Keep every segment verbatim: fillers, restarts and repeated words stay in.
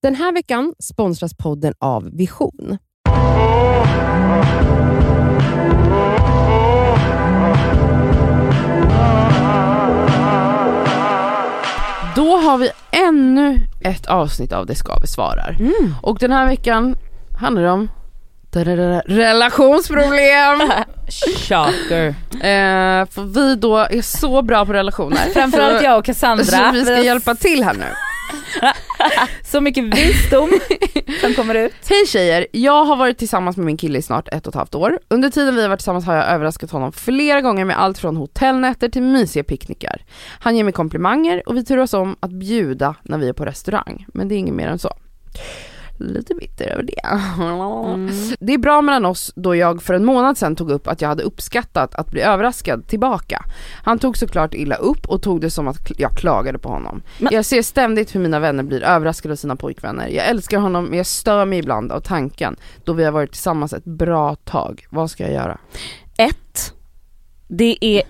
Den här veckan sponsras podden av Vision. Då har vi ännu ett avsnitt av Det ska vi svarar. Mm. Och den här veckan handlar det om relationsproblem. Shocker. Eh, för vi då är så bra på relationer. Framförallt jag och Cassandra. Så vi ska hjälpa till här nu. Så mycket visdom som kommer ut. Hej tjejer, jag har varit tillsammans med min kille i snart ett och ett halvt år. Under tiden vi har varit tillsammans har jag överraskat honom flera gånger med allt från hotellnätter till mysiga picknickar. Han ger mig komplimanger och vi turas om att bjuda när vi är på restaurang. Men det är inget mer än så. Lite bitter över det. Mm. Det är bra mellan oss då jag för en månad sedan tog upp att jag hade uppskattat att bli överraskad tillbaka. Han tog såklart illa upp och tog det som att jag klagade på honom. Men... Jag ser ständigt hur mina vänner blir överraskade av sina pojkvänner. Jag älskar honom men jag stör mig ibland av tanken då vi har varit tillsammans ett bra tag. Vad ska jag göra? Ett, det är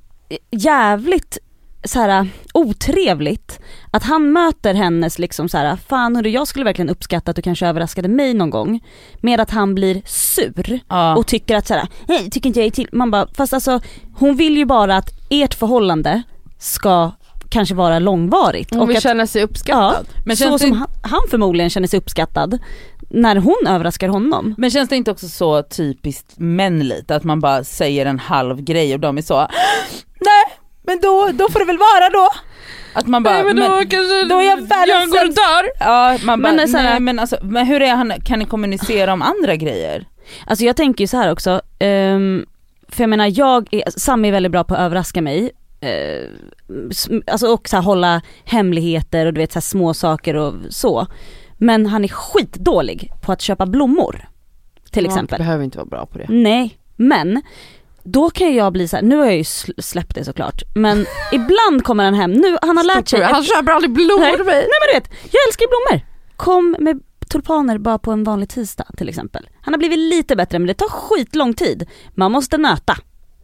jävligt så här otrevligt att han möter hennes liksom så här, fan hörru, jag skulle verkligen uppskatta att du kanske överraskade mig någon gång, med att han blir sur ja. och tycker att så här, nej, tycker inte jag är till. Man bara, fast alltså hon vill ju bara att ert förhållande ska kanske vara långvarigt. Hon vill att, känna sig uppskattad. Ja, men så som det... han, han förmodligen känner sig uppskattad när hon överraskar honom. Men känns det inte också så typiskt mänligt att man bara säger en halv grej och de är så, nej, men då, då får det väl vara då. Att man bara, nej, men då, men, kanske då är jag världens jag går och dör. Ja, man bara, men, nej, men, alltså, men hur är han, kan ni kommunicera om andra grejer? Alltså jag tänker ju så här också, um, för jag menar, jag är, Sam är väldigt bra på att överraska mig. Uh, alltså också hålla hemligheter och du vet så här små saker och så. Men han är skitdålig på att köpa blommor till ja, exempel. Du behöver inte vara bra på det. Nej, men då kan jag bli så här, nu har jag ju släppt det såklart, men ibland kommer han hem, nu han har lärt sig. Han köper aldrig blommor till mig. Nej men du vet, jag älskar blommor. Kom med tulpaner bara på en vanlig tisdag till exempel. Han har blivit lite bättre, men det tar skitlång tid. Man måste nöta.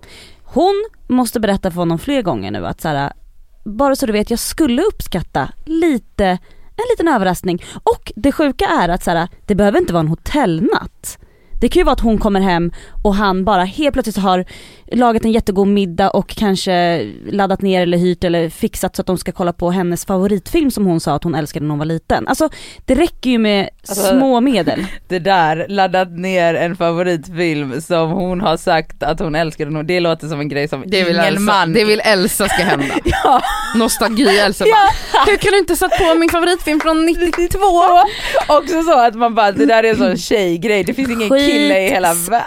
Hon måste berätta för honom fler gånger nu att så här, bara så du vet, jag skulle uppskatta lite, en liten överraskning. Och det sjuka är att så här, det behöver inte vara en hotellnatt. Det kan ju vara att hon kommer hem och han bara helt plötsligt har lagat en jättegod middag och kanske laddat ner eller hyrt eller fixat så att de ska kolla på hennes favoritfilm som hon sa att hon älskade när hon var liten. Alltså det räcker ju med alltså, små medel. Det där, laddat ner en favoritfilm som hon har sagt att hon älskade, det låter som en grej som det vill ingen Elsa, man. Det vill Elsa ska hända. Ja. Nostalgi Elsa bara, ja. Hur kan du inte satt på min favoritfilm från nittiotvå? Också så att man bara, det där är en sån tjejgrej. Det finns ingen Skit. kille i hela världen.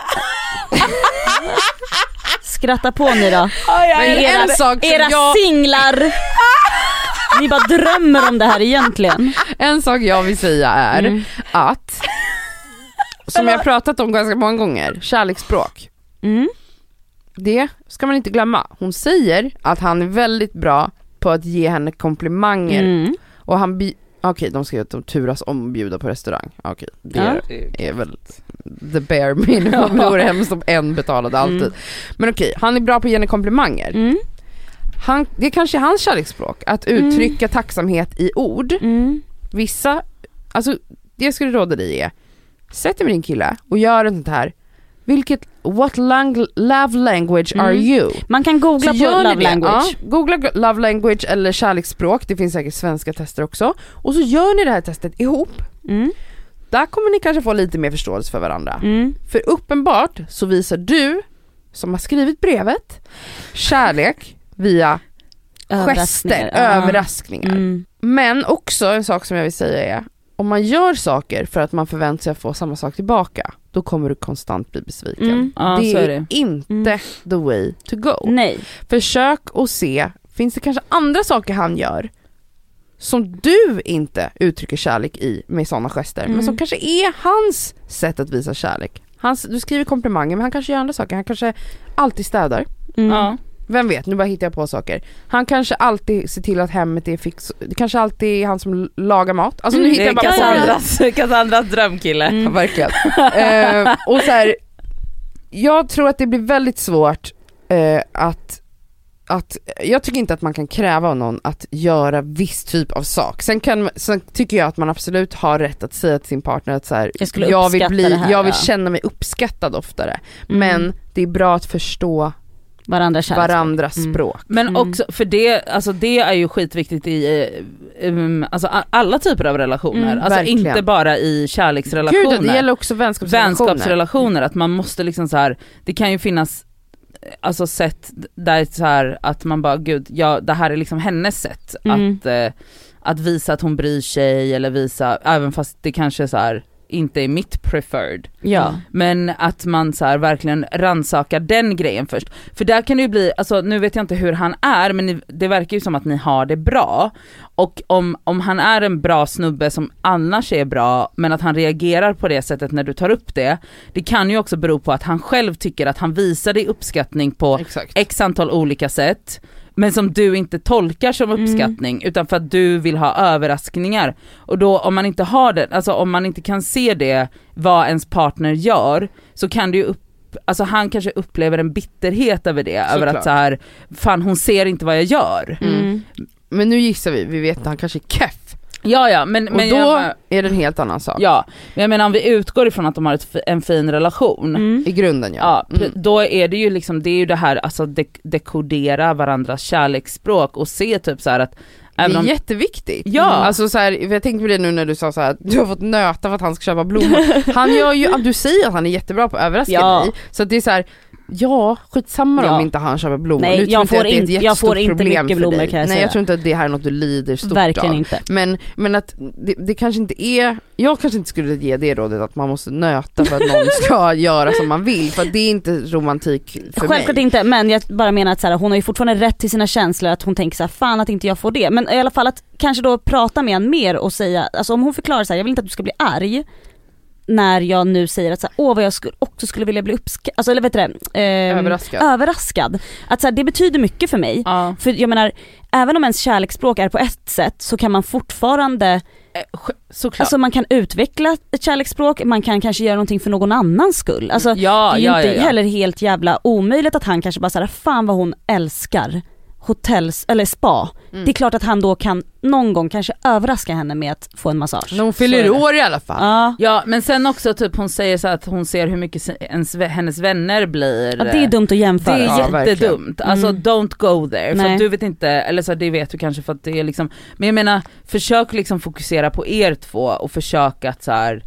Skratta på ni då. Oh, ja, Men era en sak era jag... singlar. Ni bara drömmer om det här egentligen. En sak jag vill säga är mm. att, som jag har pratat om ganska många gånger, kärleksspråk. Mm. Det ska man inte glömma. Hon säger att han är väldigt bra på att ge henne komplimanger. Mm. Och han bi- Okej, okay, de ska ju att de turas om att bjuda på restaurang. Okej, okay, det ja. är väl the bare minimum. Det vore hemskt om en betalade alltid. Mm. Men okej, okay, han är bra på att ge henne komplimanger. Mm. Han, det är kanske hans kärleksspråk, att uttrycka mm. tacksamhet i ord. Mm. Vissa, alltså det jag skulle råda dig är, sätt dig med din kille och gör ett sånt här. Vilket, what lang- love language mm. are you? Man kan googla så på love language. Ja, googla love language eller kärleksspråk. Det finns säkert svenska tester också. Och så gör ni det här testet ihop. Mm. Där kommer ni kanske få lite mer förståelse för varandra. Mm. För uppenbart så visar du, som har skrivit brevet, kärlek via gester, ja. överraskningar. Mm. Men också en sak som jag vill säga är, om man gör saker för att man förväntar sig att få samma sak tillbaka, då kommer du konstant bli besviken. Mm. Ja, det är, är det. inte mm. the way to go. Nej. Försök att se, finns det kanske andra saker han gör som du inte uttrycker kärlek i med sådana gester, mm. men som kanske är hans sätt att visa kärlek. Hans, du skriver komplimanger, men han kanske gör andra saker. Han kanske alltid städar. Mm. Ja. Vem vet, nu bara hittar jag på saker. Han kanske alltid ser till att hemmet är fix. Det kanske alltid är han som lagar mat. Alltså nu hittar jag bara Cassandras, på Cassandras drömkille. Mm. Ja, verkligen. uh, och så här, jag tror att det blir väldigt svårt uh, att att jag tycker inte att man kan kräva av någon att göra viss typ av sak. Sen, kan, sen tycker jag att man absolut har rätt att säga till sin partner att så här, jag, skulle jag vill, bli, det här, jag vill ja. känna mig uppskattad oftare. Mm. Men det är bra att förstå Varandra varandras mm. språk. Men Mm. också, för det, alltså det är ju skitviktigt i um, alltså alla typer av relationer. Mm, alltså verkligen. inte bara i kärleksrelationer. Gud, det gäller också vänskapsrelationer. Vänskapsrelationer, att man måste liksom så här, det kan ju finnas alltså sätt där så här att man bara, gud, ja, det här är liksom hennes sätt Mm. att, eh, att visa att hon bryr sig, eller visa, även fast det kanske så här inte är mitt preferred. Ja. Men att man så här verkligen rannsakar den grejen först. För där kan det ju bli, alltså nu vet jag inte hur han är, men ni, det verkar ju som att ni har det bra. Och om, om han är en bra snubbe som annars är bra, men att han reagerar på det sättet när du tar upp det, det kan ju också bero på att han själv tycker att han visar dig uppskattning på Exakt. x antal olika sätt, men som du inte tolkar som uppskattning, mm. utan för att du vill ha överraskningar. Och då om man inte har det, alltså om man inte kan se det, vad ens partner gör, så kan det ju upp, alltså han kanske upplever en bitterhet över det, så över klart. Att så här, fan hon ser inte vad jag gör. Mm. Men nu gissar vi, vi vet att han kanske är keff. Ja, ja, men, och men då jag, är det en helt annan sak. Ja, men jag menar om vi utgår ifrån att de har ett, en fin relation. Mm. I grunden, ja. Ja, mm. Då är det ju liksom, det är ju det här, alltså de- dekodera varandras kärleksspråk och se typ så här att det är om, jätteviktigt. Ja. Alltså så här, jag tänkte på det nu när du sa så här, att du har fått nöta för att han ska köpa blommor. Han gör ju, du säger att han är jättebra på att överraska Ja. dig. Så att det är så här, ja, skitsamma Ja. om inte han köper blommor. Nej, nu tror jag inte får att det är ett in- jag jättestort får inte problem mycket för blommor, dig. kan jag Nej, säga. jag tror inte att det här är något du lider stort Verkligen av. inte. Men, men att det, det kanske inte är, jag kanske inte skulle ge det rådet att man måste nöta för att någon ska göra som man vill, för det är inte romantik för Självklart mig. inte, men jag bara menar att så här, hon har ju fortfarande rätt till sina känslor, att hon tänker så här, fan att inte jag får det. Men i alla fall att kanske då prata med han mer och säga, alltså om hon förklarar så här, jag vill inte att du ska bli arg när jag nu säger att så här, åh vad jag skulle, också skulle vilja bli uppskattad, alltså eller vet du det, eh, Överraskad. överraskad. Att så här, det betyder mycket för mig. ja. För jag menar, även om ens kärleksspråk är på ett sätt så kan man fortfarande, Såklart. alltså man kan utveckla ett kärleksspråk, man kan kanske göra någonting för någon annans skull. Alltså ja, det är ju ja, inte ja, ja. heller helt jävla omöjligt att han kanske bara säger fan vad hon älskar hotells eller spa. Mm. Det är klart att han då kan någon gång kanske överraska henne med att få en massage. När hon fyller år i alla fall. Ja. Ja, men sen också typ hon säger så att hon ser hur mycket ens, hennes vänner blir. Ja, det är dumt att jämföra. Det är Ja, jättedumt. Alltså Mm. don't go there. Nej. För att du vet inte, eller så det vet du kanske för att det är liksom, men jag menar försök liksom fokusera på er två och försök att så här,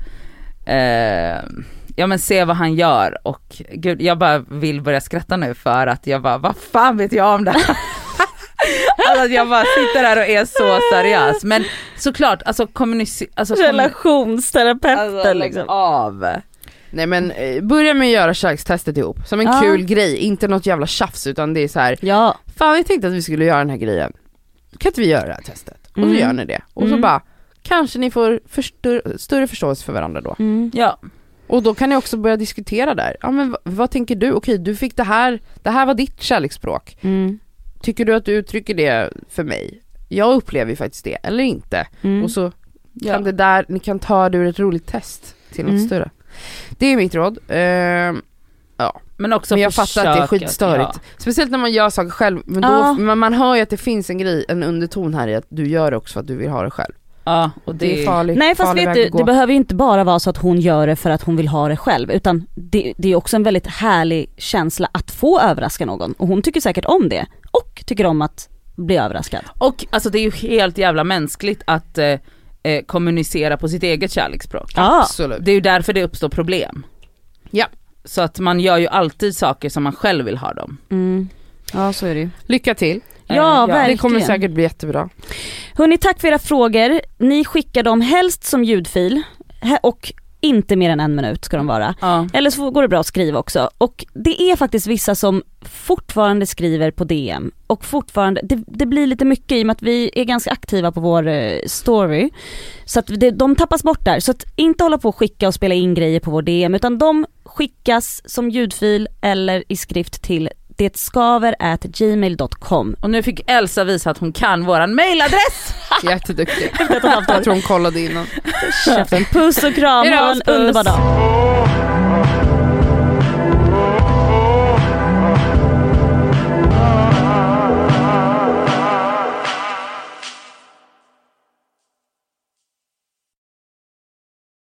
eh, ja men se vad han gör. Och gud, jag bara vill börja skratta nu för att jag bara, vad fan vet jag om det här? Alltså jag bara sitter här och är så seriös. Men såklart, alltså kommunicera, alltså, relationsterapeuten alltså, liksom. av. Nej men eh, börja med att göra kärlekstestet ihop. Som en Ja. kul grej, inte något jävla tjafs, utan det är så här. Ja. Fan, vi tänkte att vi skulle göra den här grejen. Kan inte vi göra det här testet? Och så Mm. gör ni det. Och så Mm. bara, kanske ni får för större, större förståelse för varandra då. Mm. Ja. Och då kan ni också börja diskutera där. Ja men v- vad tänker du? Okej, du fick det här, det här var ditt kärleksspråk. Mm. Tycker du att du uttrycker det för mig? Jag upplever ju faktiskt det, eller inte. Mm. Och så Ja. kan det där, ni kan ta det ur ett roligt test till något Mm. större. Det är mitt råd. Ehm, ja. Men också Men jag fattar att det är försök skitstörigt. ja. Speciellt när man gör saker själv. Men då, Ja. man, man hör ju att det finns en grej, en underton här i att du gör det också för att du vill ha det själv. Ja, och det, Det är farligt. Nej fast farlig vet väg du, att gå. det behöver ju inte bara vara så att hon gör det för att hon vill ha det själv, utan det, det är också en väldigt härlig känsla att få överraska någon, och hon tycker säkert om det och tycker om att bli överraskad. Och alltså det är ju helt jävla mänskligt att eh, eh, kommunicera på sitt eget kärleksspråk. Ja. Absolut. Det är ju därför det uppstår problem. Ja. Så att man gör ju alltid saker som man själv vill ha dem. Mm. Ja så är det ju. Lycka till. Ja, ja, verkligen. Det kommer säkert bli jättebra. Hörrni, tack för era frågor. Ni skickar dem helst som ljudfil he- och inte mer än en minut ska de vara. Ja. Eller så går det bra att skriva också. Och det är faktiskt vissa som fortfarande skriver på D M. Och fortfarande, det, det blir lite mycket i och med att vi är ganska aktiva på vår eh, story. Så att det, de tappas bort där. Så att inte hålla på och skicka och spela in grejer på vår D M. Utan de skickas som ljudfil eller i skrift till detskaver at gmail dot com. Och nu fick Elsa visa att hon kan våran mailadress. Jätteduktig. Jag tror hon kollade innan. Puss och kram, ha en Puss. underbar dag.